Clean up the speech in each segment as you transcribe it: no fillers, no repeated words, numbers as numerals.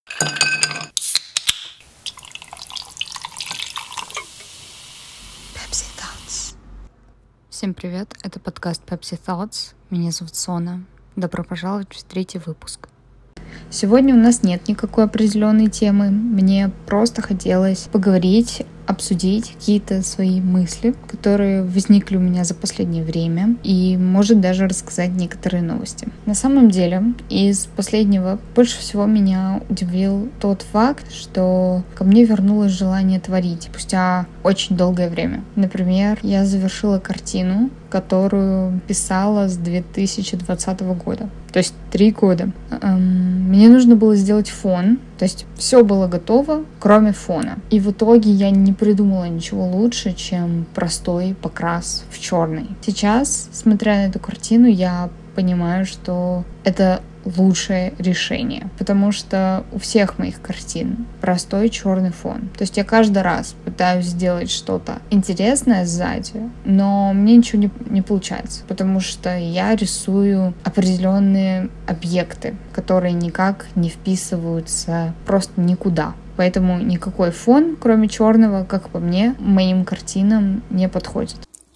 Pepsi Thoughts. Всем привет, это подкаст Pepsi Thoughts. Меня зовут Сона. Добро пожаловать в 3-й выпуск. Сегодня у нас нет никакой определенной темы. Мне просто хотелось поговорить, обсудить какие-то свои мысли, которые возникли у меня за последнее время, и, может, даже рассказать некоторые новости. На самом деле, из последнего больше всего меня удивил тот факт, что ко мне вернулось желание творить спустя очень долгое время. Например, я завершила картину, которую писала с 2020 года. То есть 3 года. Мне нужно было сделать фон, то есть все было готово, кроме фона. И в итоге я не придумала ничего лучше, чем простой покрас в черный. Сейчас, смотря на эту картину, я понимаю, что это лучшее решение, потому что у всех моих картин простой черный фон. То есть я каждый раз пытаюсь сделать что-то интересное сзади, но мне ничего не получается, потому что я рисую определенные объекты, которые никак не вписываются просто никуда. Поэтому никакой фон, кроме черного, как по мне, моим картинам не подходит.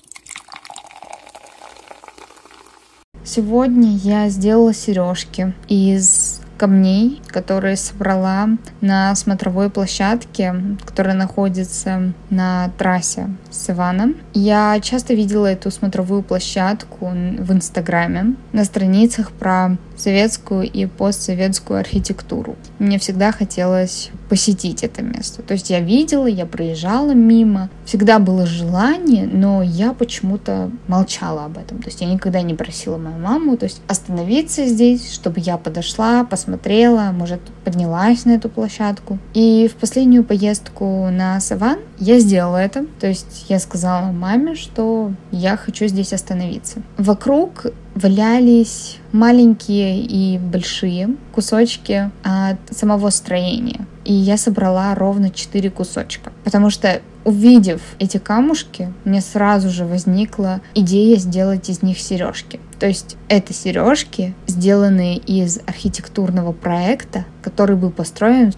Сегодня я сделала сережки из камней, которые собрала на смотровой площадке, которая находится на трассе с Иваном. Я часто видела эту смотровую площадку в Инстаграме, на страницах про советскую и постсоветскую архитектуру. Мне всегда хотелось посетить это место. То есть я видела, я проезжала мимо, всегда было желание, но я почему-то молчала об этом. То есть я никогда не просила мою маму, то есть остановиться здесь, чтобы я подошла, посмотрела, может, поднялась на эту площадку. И в последнюю поездку на Саван я сделала это. То есть я сказала маме, что я хочу здесь остановиться. Вокруг валялись маленькие и большие кусочки от самого строения. И я собрала ровно 4 кусочка. Потому что, увидев эти камушки, мне сразу же возникла идея сделать из них сережки. То есть это сережки, сделанные из архитектурного проекта, который был построен в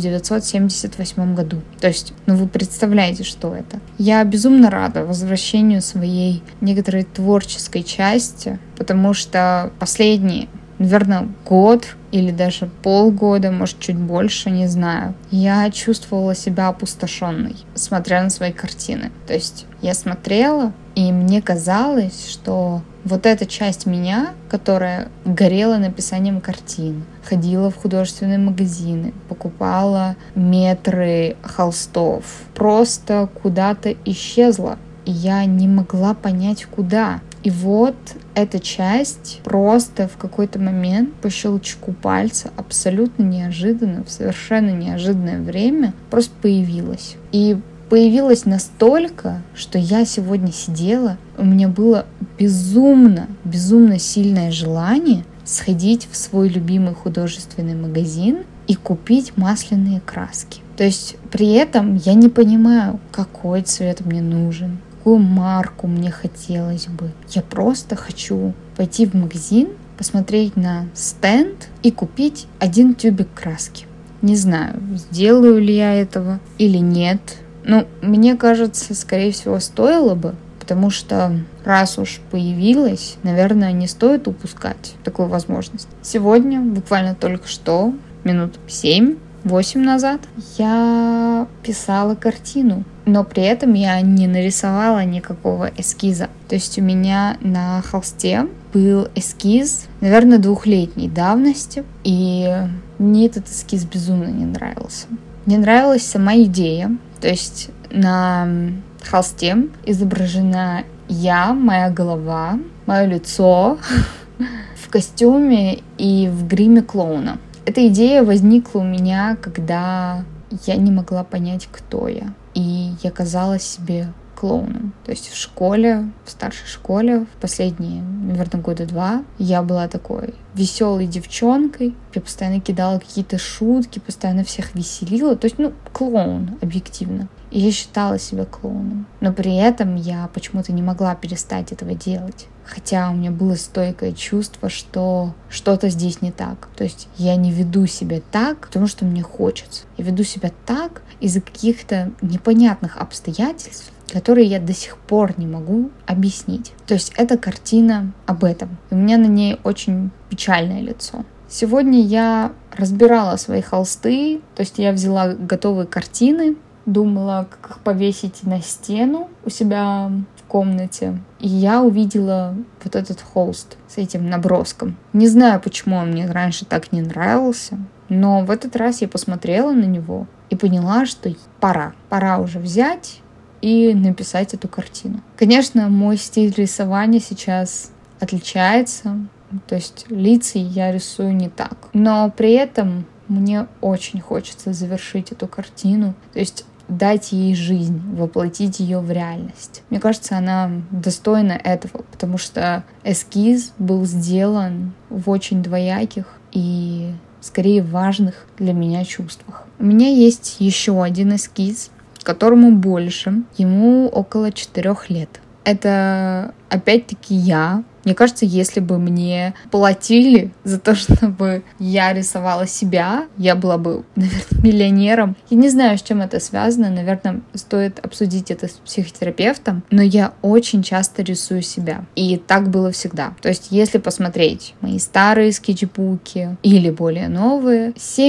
1978 году. То есть, вы представляете, что это. Я безумно рада возвращению своей некоторой творческой части, потому что последние, наверное, год или даже полгода, может, чуть больше, не знаю, я чувствовала себя опустошенной, смотря на свои картины. То есть я смотрела, и мне казалось, что вот эта часть меня, которая горела написанием картин, ходила в художественные магазины, покупала метры холстов, просто куда-то исчезла. И я не могла понять, куда. И вот эта часть просто в какой-то момент по щелчку пальца абсолютно неожиданно, в совершенно неожиданное время просто появилась. И появилась настолько, что я сегодня сидела, у меня было безумно сильное желание сходить в свой любимый художественный магазин и купить масляные краски. То есть при этом я не понимаю, какой цвет мне нужен, какую марку мне хотелось бы. Я просто хочу пойти в магазин, посмотреть на стенд и купить 1 тюбик краски. Не знаю, сделаю ли я этого или нет. Мне кажется, скорее всего, стоило бы, потому что раз уж появилась, наверное, не стоит упускать такую возможность. Сегодня, буквально только что, минут 7-8 назад, я писала картину, но при этом я не нарисовала никакого эскиза. То есть у меня на холсте был эскиз, наверное, 2-летней давности, и мне этот эскиз безумно не нравился. Мне нравилась сама идея. То есть на холсте изображена я, моя голова, мое лицо в костюме и в гриме клоуна. Эта идея возникла у меня, когда я не могла понять, кто я. И я казалась себе клоуном. То есть в школе, в старшей школе, в последние, наверное, 2 года я была такой веселой девчонкой. Я постоянно кидала какие-то шутки, постоянно всех веселила. То есть, клоун, объективно. И я считала себя клоуном. Но при этом я почему-то не могла перестать этого делать. Хотя у меня было стойкое чувство, что что-то здесь не так. То есть я не веду себя так, потому что мне хочется. Я веду себя так из-за каких-то непонятных обстоятельств, которые я до сих пор не могу объяснить. То есть эта картина об этом. И у меня на ней очень печальное лицо. Сегодня я разбирала свои холсты, то есть я взяла готовые картины, думала, как их повесить на стену у себя в комнате. И я увидела вот этот холст с этим наброском. Не знаю, почему он мне раньше так не нравился, но в этот раз я посмотрела на него и поняла, что пора уже взять и написать эту картину. Конечно, мой стиль рисования сейчас отличается, то есть лица я рисую не так. Но при этом мне очень хочется завершить эту картину, то есть дать ей жизнь, воплотить ее в реальность. Мне кажется, она достойна этого, потому что эскиз был сделан в очень двояких и скорее важных для меня чувствах. У меня есть еще один эскиз, которому больше, ему около 4 лет. Это опять-таки я. Мне кажется, если бы мне платили за то, чтобы я рисовала себя, я была бы, наверное, миллионером. Я не знаю, с чем это связано. Наверное, стоит обсудить это с психотерапевтом. Но я очень часто рисую себя. И так было всегда. То есть, если посмотреть мои старые скетчбуки или более новые,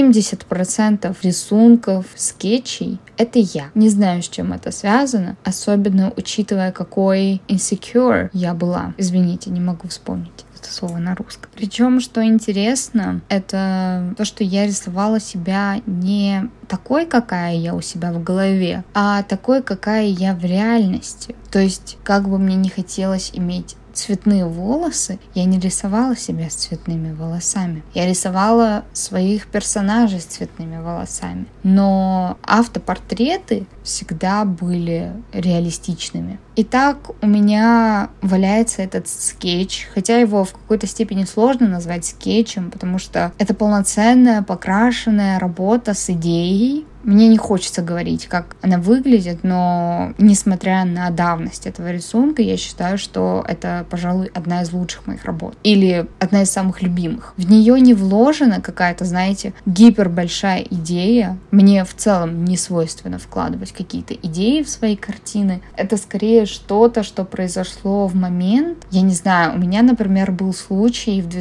70% рисунков, скетчей — это я. Не знаю, с чем это связано. Особенно учитывая, какой insecure я была. Извините, не могу вспомнить это слово на русском. Причем, что интересно, это то, что я рисовала себя не такой, какая я у себя в голове, а такой, какая я в реальности. То есть, как бы мне не хотелось иметь цветные волосы, я не рисовала себя с цветными волосами. Я рисовала своих персонажей с цветными волосами. Но автопортреты всегда были реалистичными. Итак, у меня валяется этот скетч, хотя его в какой-то степени сложно назвать скетчем, потому что это полноценная, покрашенная работа с идеей. Мне не хочется говорить, как она выглядит, но несмотря на давность этого рисунка, я считаю, что это, пожалуй, одна из лучших моих работ. Или одна из самых любимых. В нее не вложена какая-то, знаете, гипербольшая идея. Мне в целом не свойственно вкладывать какие-то идеи в свои картины. Это скорее что-то, что произошло в момент. Я не знаю, у меня, например, был случай в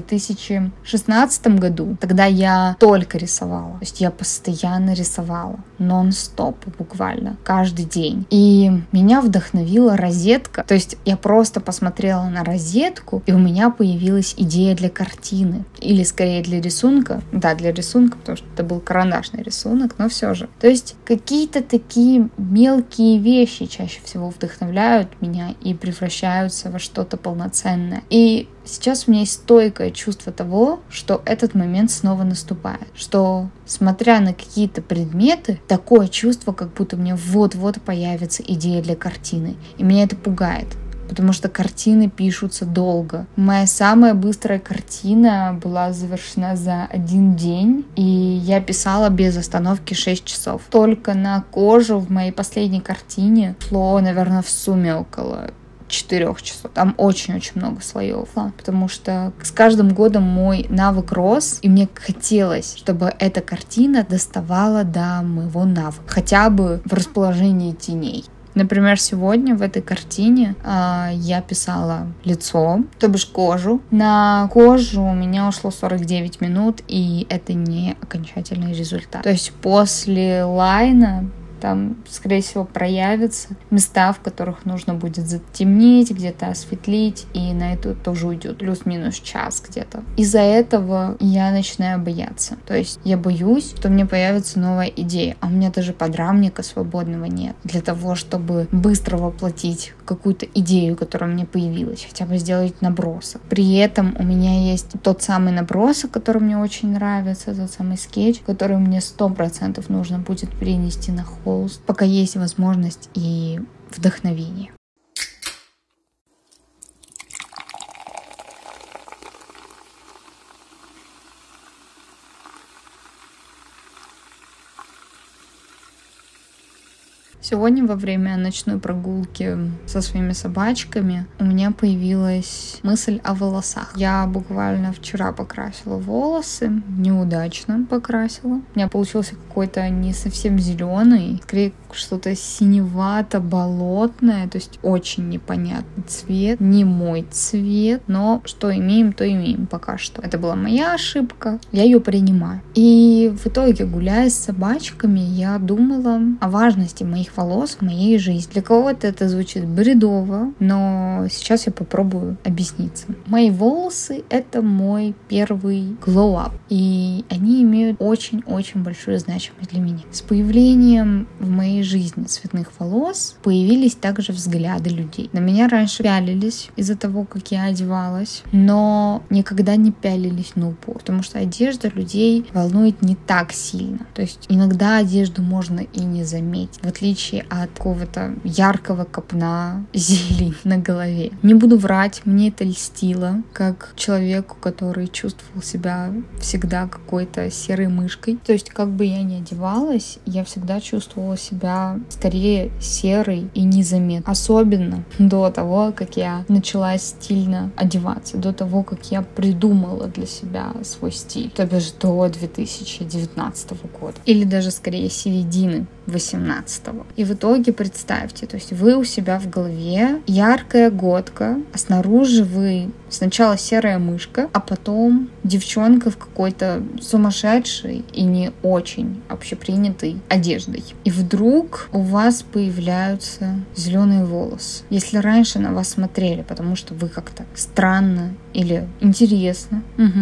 2016 году. Тогда я только рисовала. То есть я постоянно рисовала. Нон-стоп буквально, каждый день. И меня вдохновила розетка. То есть я просто посмотрела на розетку, и у меня появилась идея для картины. Или скорее для рисунка. Да, для рисунка, потому что это был карандашный рисунок, но все же. То есть какие-то такие мелкие вещи чаще всего вдохновляют меня и превращаются во что-то полноценное. И сейчас у меня есть стойкое чувство того, что этот момент снова наступает. Что, смотря на какие-то предметы, такое чувство, как будто у меня вот-вот появится идея для картины. И меня это пугает. Потому что картины пишутся долго. Моя самая быстрая картина была завершена за 1 день, и я писала без остановки 6 часов. Только на кожу в моей последней картине шло, наверное, в сумме около 4 часов. Там очень-очень много слоев, потому что с каждым годом мой навык рос, и мне хотелось, чтобы эта картина доставала до моего навыка, хотя бы в расположении теней. Например, сегодня в этой картине я писала лицо, то бишь кожу. На кожу у меня ушло 49 минут, и это не окончательный результат. То есть после лайна там, скорее всего, проявятся места, в которых нужно будет затемнить, где-то осветлить, и на это тоже уйдет плюс-минус час где-то. Из-за этого я начинаю бояться. То есть я боюсь, что мне появится новая идея, а у меня даже подрамника свободного нет для того, чтобы быстро воплотить какую-то идею, которая мне появилась, хотя бы сделать набросок. При этом у меня есть тот самый набросок, который мне очень нравится, тот самый скетч, который мне 100% нужно будет перенести на холст, пока есть возможность и вдохновение. Сегодня во время ночной прогулки со своими собачками у меня появилась мысль о волосах. Я буквально вчера покрасила волосы, неудачно покрасила. У меня получился какой-то не совсем зеленый, скорее что-то синевато-болотное, то есть очень непонятный цвет, не мой цвет, но что имеем, то имеем пока что. Это была моя ошибка, я ее принимаю. И в итоге, гуляя с собачками, я думала о важности моих волос в моей жизни. Для кого-то это звучит бредово, но сейчас я попробую объясниться. Мои волосы — это мой первый glow-up, и они имеют очень-очень большую значимость для меня. С появлением в моей жизни цветных волос появились также взгляды людей. На меня раньше пялились из-за того, как я одевалась, но никогда не пялились на упор, потому что одежда людей волнует не так сильно. То есть иногда одежду можно и не заметить, в отличие от какого-то яркого копна зелени на голове. Не буду врать, мне это льстило, как человеку, который чувствовал себя всегда какой-то серой мышкой. То есть как бы я ни одевалась, я всегда чувствовала себя скорее серой и незаметной. Особенно до того, как я начала стильно одеваться, до того, как я придумала для себя свой стиль, то бишь до 2019 года. Или даже скорее середины 18-го. И в итоге представьте, то есть вы у себя в голове яркая годка, а снаружи вы сначала серая мышка, а потом девчонка в какой-то сумасшедшей и не очень общепринятой одеждой. И вдруг у вас появляются зеленые волосы. Если раньше на вас смотрели, потому что вы как-то странно или интересно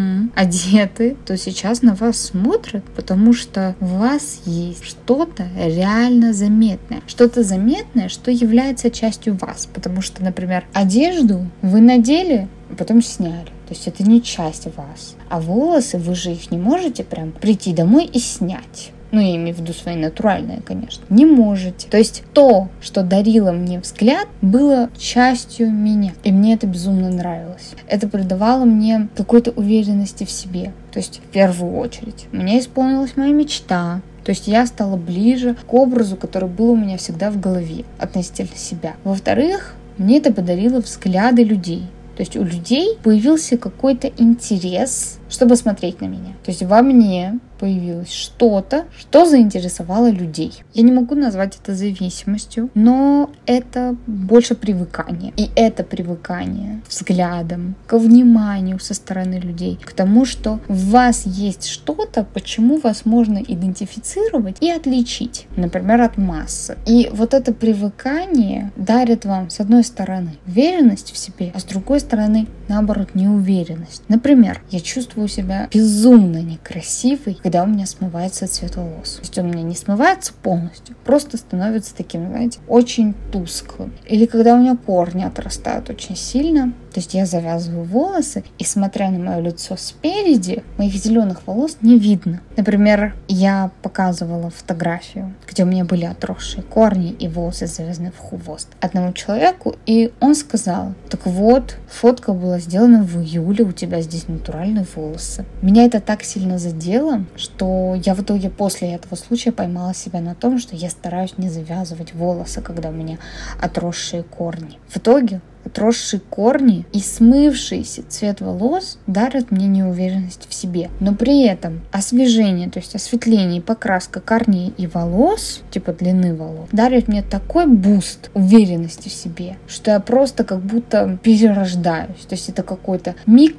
одеты, то сейчас на вас смотрят, потому что у вас есть что-то реально заметное. Что-то заметное, что является частью вас. Потому что, например, одежду вы надели, а потом сняли. То есть это не часть вас. А волосы, вы же их не можете прям прийти домой и снять. Ну, я имею в виду свои натуральные, конечно. Не можете. То есть то, что дарило мне взгляд, было частью меня. И мне это безумно нравилось. Это придавало мне какой-то уверенности в себе. То есть в первую очередь у меня исполнилась моя мечта. То есть я стала ближе к образу, который был у меня всегда в голове относительно себя. Во-вторых, мне это подарило взгляды людей. То есть у людей появился какой-то интерес, чтобы смотреть на меня. То есть во мне появилось что-то, что заинтересовало людей. Я не могу назвать это зависимостью, но это больше привыкание. И это привыкание взглядом, к вниманию со стороны людей, к тому, что в вас есть что-то, почему вас можно идентифицировать и отличить, например, от массы. И вот это привыкание дарит вам, с одной стороны, уверенность в себе, а с другой стороны, наоборот, неуверенность. Например, я чувствую себя безумно некрасивой, когда у меня смывается цвет волос. То есть он у меня не смывается полностью, просто становится таким, знаете, очень тусклым. Или когда у меня корни отрастают очень сильно, то есть я завязываю волосы, и смотря на мое лицо спереди, моих зеленых волос не видно. Например, я показывала фотографию, где у меня были отросшие корни и волосы завязаны в хвост одному человеку, и он сказал: так вот, фотка была сделана в июле, у тебя здесь натуральные волосы. Меня это так сильно задело, что я в итоге после этого случая поймала себя на том, что я стараюсь не завязывать волосы, когда у меня отросшие корни. В итоге отросшие корни и смывшийся цвет волос дарят мне неуверенность в себе. Но при этом освежение, то есть осветление и покраска корней и волос, типа длины волос, дарят мне такой буст уверенности в себе, что я просто как будто перерождаюсь. То есть это какое-то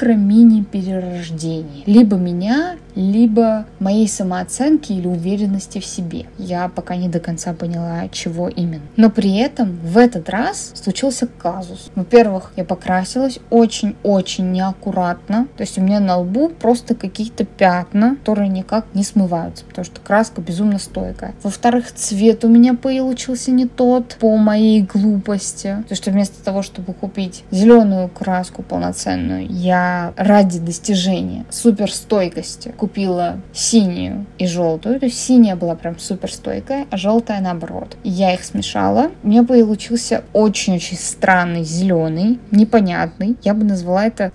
микро-мини-перерождение. Либо меня, либо моей самооценки или уверенности в себе. Я пока не до конца поняла, чего именно. Но при этом в этот раз случился казус. Во-первых, я покрасилась очень-очень неаккуратно. То есть у меня на лбу просто какие-то пятна, которые никак не смываются, потому что краска безумно стойкая. Во-вторых, цвет у меня получился не тот по моей глупости. То есть вместо того, чтобы купить зеленую краску полноценную, я ради достижения суперстойкости купила синюю и желтую. То есть синяя была прям суперстойкая, а желтая наоборот. Я их смешала. У меня получился очень-очень странный зеленый, непонятный. Я бы назвала это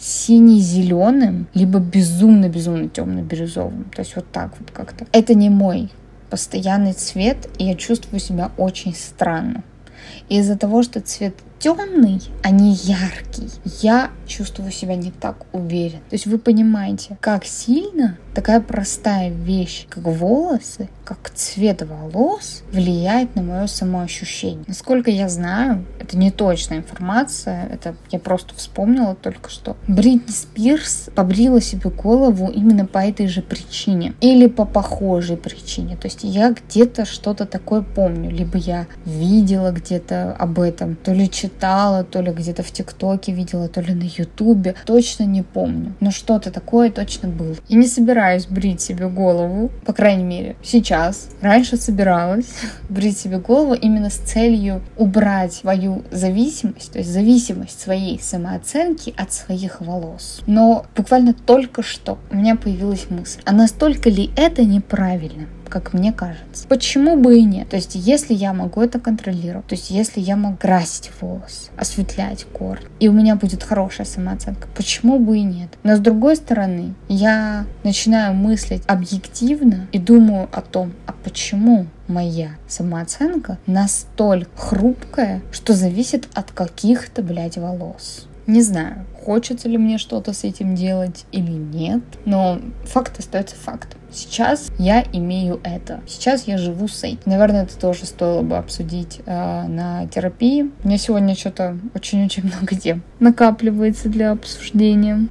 синий-зеленым, либо безумно-безумно темно-бирюзовым. То есть вот так вот как-то. Это не мой постоянный цвет, и я чувствую себя очень странно. И из-за того, что цвет темный, а не яркий, я чувствую себя не так уверенно. То есть вы понимаете, как сильно такая простая вещь, как волосы, как цвет волос, влияет на мое самоощущение. Насколько я знаю, это не точная информация, это я просто вспомнила только что. Бритни Спирс побрила себе голову именно по этой же причине. Или по похожей причине. То есть я где-то что-то такое помню. Либо я видела где-то об этом, то ли читала, то ли где-то в ТикТоке видела, то ли на Ютубе. Точно не помню. Но что-то такое точно было. Я не собираюсь брить себе голову, по крайней мере, сейчас. Раньше собиралась брить себе голову именно с целью убрать свою зависимость, то есть зависимость своей самооценки от своих волос. Но буквально только что у меня появилась мысль, а настолько ли это неправильно? Как мне кажется. Почему бы и нет? То есть, если я могу это контролировать, то есть, если я могу красить волосы, осветлять корни, и у меня будет хорошая самооценка, почему бы и нет? Но с другой стороны, я начинаю мыслить объективно и думаю о том, а почему моя самооценка настолько хрупкая, что зависит от каких-то, волос. Не знаю, хочется ли мне что-то с этим делать или нет, но факт остается фактом. Сейчас я имею это. Сейчас я живу с этим. Наверное, это тоже стоило бы обсудить на терапии. У меня сегодня что-то очень-очень много тем накапливается для обсуждения.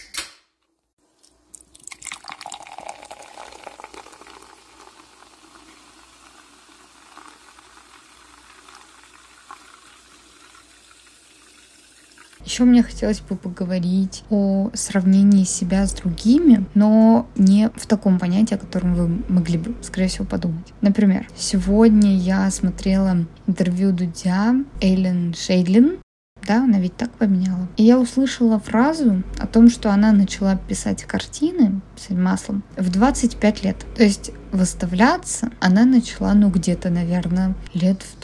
Еще мне хотелось бы поговорить о сравнении себя с другими, но не в таком понятии, о котором вы могли бы, скорее всего, подумать. Например, сегодня я смотрела интервью Дудя Эйлин Шейдлин. Да, она ведь так поменяла. И я услышала фразу о том, что она начала писать картины, писать маслом, в 25 лет. То есть выставляться она начала, где-то, наверное, лет в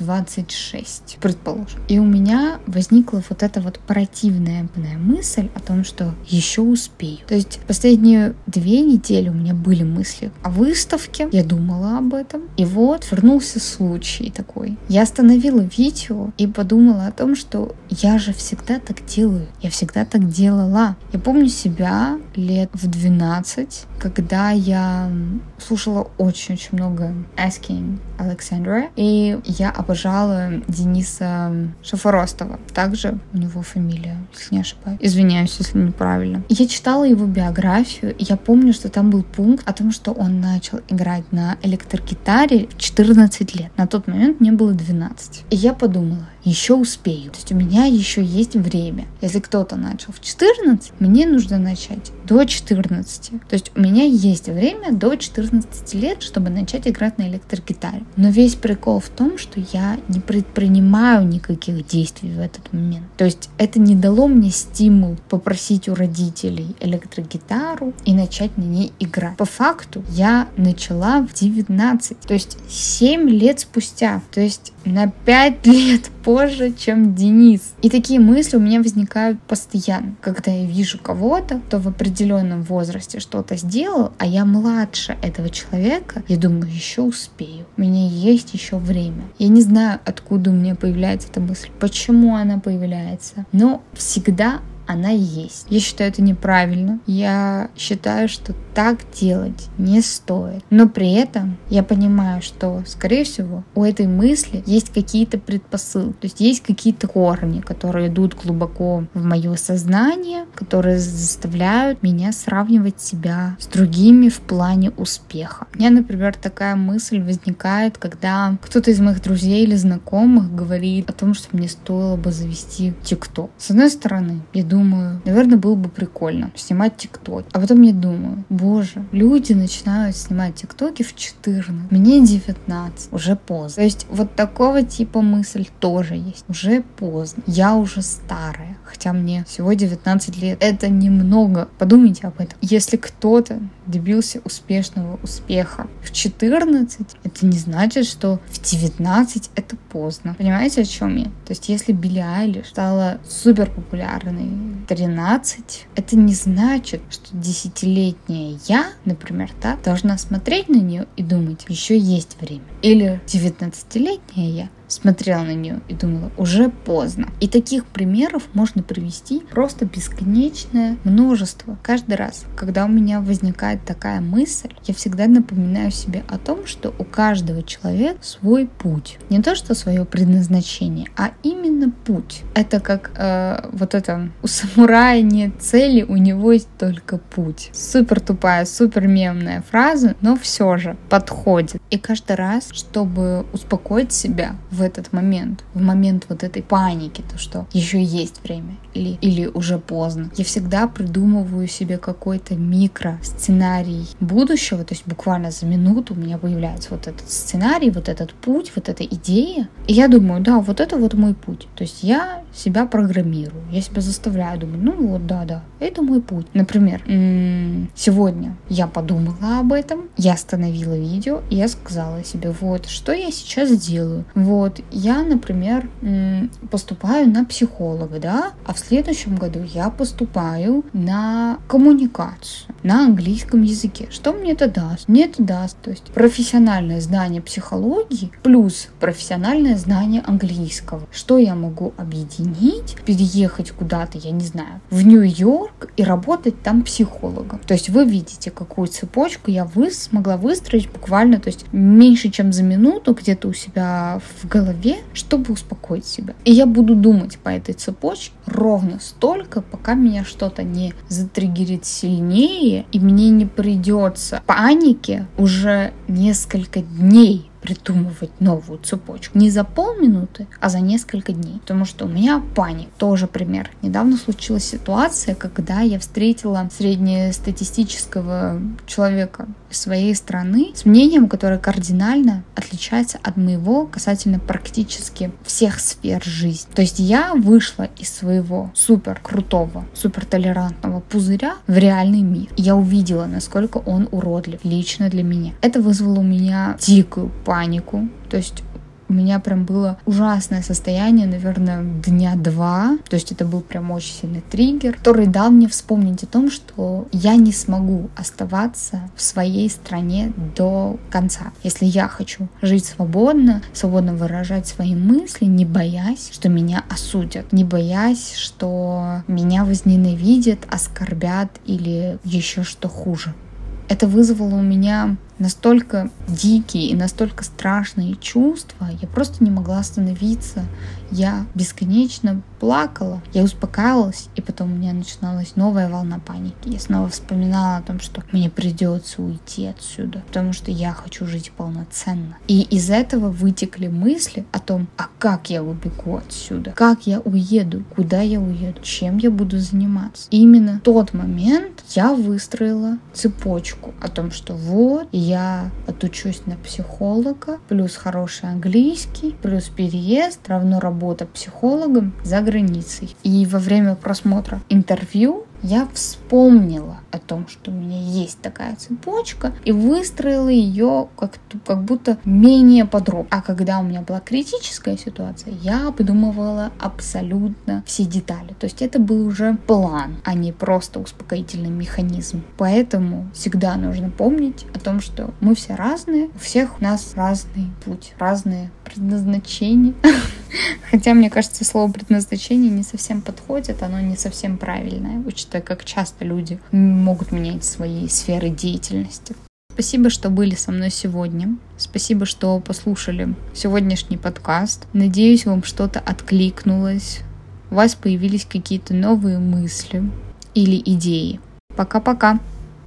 26, предположим. И у меня возникла вот эта вот противная мысль о том, что еще успею. То есть последние 2 недели у меня были мысли о выставке, я думала об этом. И вот вернулся случай такой. Я остановила видео и подумала о том, что я же всегда так делаю. Я всегда так делала. Я помню себя лет в 12, когда я слушала очень-очень много Asking Alexandra, и я обожала Дениса Шафоростова. Также у него фамилия, если не ошибаюсь. Извиняюсь, если неправильно. Я читала его биографию, и я помню, что там был пункт о том, что он начал играть на электрогитаре в 14 лет. На тот момент мне было 12. И я подумала, еще успею. То есть у меня еще есть время. Если кто-то начал в 14, мне нужно начать до 14. То есть у меня есть время до 14 лет, чтобы начать играть на электрогитаре. Но весь прикол в том, что я не предпринимаю никаких действий в этот момент. То есть это не дало мне стимул попросить у родителей электрогитару и начать на ней играть. По факту я начала в 19, то есть 7 лет спустя. То есть на 5 лет позже, чем Денис. И такие мысли у меня возникают постоянно. Когда я вижу кого-то, кто в определенном возрасте что-то сделал, а я младше этого человека, я думаю, еще успею. У меня есть еще время. Я не знаю, откуда у меня появляется эта мысль, почему она появляется, но всегда она есть. Я считаю это неправильно. Я считаю, что так делать не стоит. Но при этом я понимаю, что, скорее всего, у этой мысли есть какие-то предпосылки. То есть есть какие-то корни, которые идут глубоко в мое сознание, которые заставляют меня сравнивать себя с другими в плане успеха. У меня, например, такая мысль возникает, когда кто-то из моих друзей или знакомых говорит о том, что мне стоило бы завести ТикТок. С одной стороны, я думаю, наверное, было бы прикольно снимать ТикТок. А потом я думаю, боже, люди начинают снимать ТикТоки в 14. Мне 19. Уже поздно. То есть вот такого типа мысль тоже есть. Уже поздно. Я уже старая. Хотя мне всего 19 лет. Это немного. Подумайте об этом. Если кто-то добился успешного успеха в 14, это не значит, что в 19 это поздно. Понимаете, о чем я? То есть если Билли Айлиш стала супер популярной 13, это не значит, что 10-летняя я, например, да, должна смотреть на нее и думать, еще есть время. Или 19-летняя я смотрела на нее и думала, уже поздно. И таких примеров можно привести просто бесконечное множество. Каждый раз, когда у меня возникает такая мысль, я всегда напоминаю себе о том, что у каждого человека свой путь. Не то, что свое предназначение, а именно путь. Это как у самурая нет цели, у него есть только путь. Супер тупая, супер мемная фраза, но все же подходит. И каждый раз, чтобы успокоить себя в этот момент, в момент вот этой паники, то, что еще есть время или уже поздно, я всегда придумываю себе какой-то микросценарий будущего, то есть буквально за минуту у меня появляется вот этот сценарий, вот этот путь, вот эта идея, и я думаю, да, вот это вот мой путь. То есть я себя программирую, я себя заставляю, думаю, да, это мой путь. Например, сегодня я подумала об этом, я остановила видео, и я сказала себе, вот, что я сейчас делаю. Вот, я, например, поступаю на психолога, да, а в следующем году я поступаю на коммуникацию, на английском языке. Что мне это даст? Мне это даст, то есть профессиональное знание психологии плюс профессиональное знание английского. Что я могу объединить, переехать куда-то, я не знаю, в Нью-Йорк и работать там психологом. То есть вы видите, какую цепочку я смогла выстроить буквально, то есть меньше, чем за минуту где-то у себя в голове, чтобы успокоить себя. И я буду думать по этой цепочке ровно столько, пока меня что-то не затриггерит сильнее, и мне не придется панике уже несколько дней придумывать новую цепочку. Не за полминуты, а за несколько дней. Потому что у меня паника. Тоже пример. Недавно случилась ситуация, когда я встретила среднестатистического человека из своей страны с мнением, которое кардинально отличается от моего касательно практически всех сфер жизни. То есть я вышла из своего супер крутого, супер толерантного пузыря в реальный мир. И я увидела, насколько он уродлив лично для меня. Это вызвало у меня дикую панику. То есть у меня прям было ужасное состояние, наверное, дня 2. То есть это был прям очень сильный триггер, который дал мне вспомнить о том, что я не смогу оставаться в своей стране до конца. Если я хочу жить свободно выражать свои мысли, не боясь, что меня осудят, не боясь, что меня возненавидят, оскорбят или еще что хуже. Это вызвало у меня настолько дикие и настолько страшные чувства, я просто не могла остановиться. Я бесконечно плакала, я успокаивалась, и потом у меня начиналась новая волна паники. Я снова вспоминала о том, что мне придется уйти отсюда, потому что я хочу жить полноценно. И из этого вытекли мысли о том, а как я убегу отсюда, как я уеду, куда я уеду, чем я буду заниматься. И именно в тот момент я выстроила цепочку о том, что вот, я отучусь на психолога, плюс хороший английский, плюс переезд, равно работа психологом за границей. И во время просмотра интервью я вспомнила о том, что у меня есть такая цепочка, и выстроила ее как будто менее подробно. А когда у меня была критическая ситуация, я обдумывала абсолютно все детали. То есть это был уже план, а не просто успокоительный механизм. Поэтому всегда нужно помнить о том, что мы все разные, у всех у нас разный путь, разные предназначения. Хотя, мне кажется, слово предназначение не совсем подходит, оно не совсем правильное, учитывая, как часто люди могут менять свои сферы деятельности. Спасибо, что были со мной сегодня. Спасибо, что послушали сегодняшний подкаст. Надеюсь, вам что-то откликнулось. У вас появились какие-то новые мысли или идеи. Пока-пока!